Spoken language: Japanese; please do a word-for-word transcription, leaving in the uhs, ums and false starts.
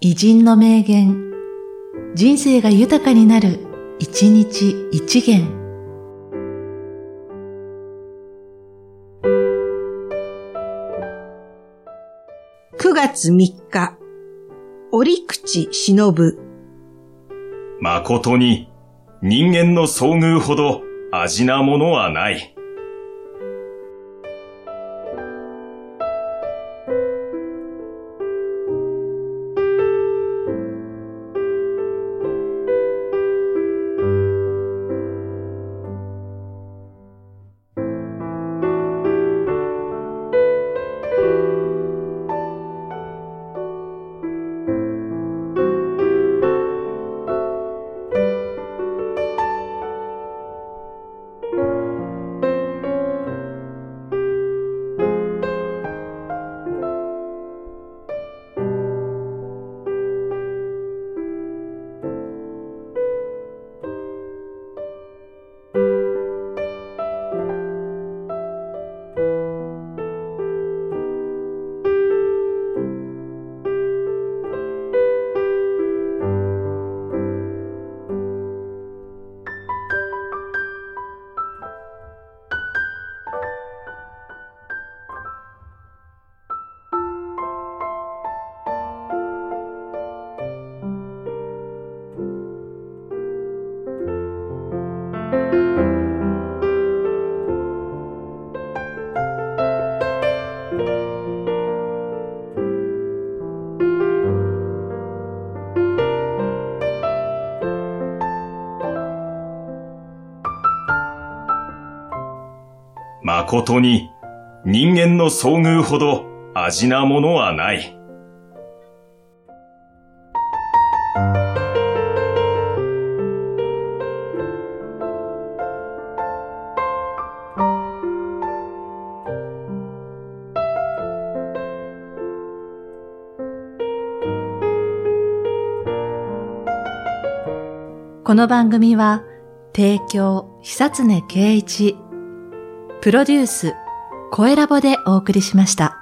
偉人の名言、人生が豊かになる、一日一元。 くがつみっか、折口忍。 誠に人間の遭遇ほど味なものはない。誠に人間の遭遇ほど味なものはない。 この番組は提供久常圭一、プロデュース、声ラボでお送りしました。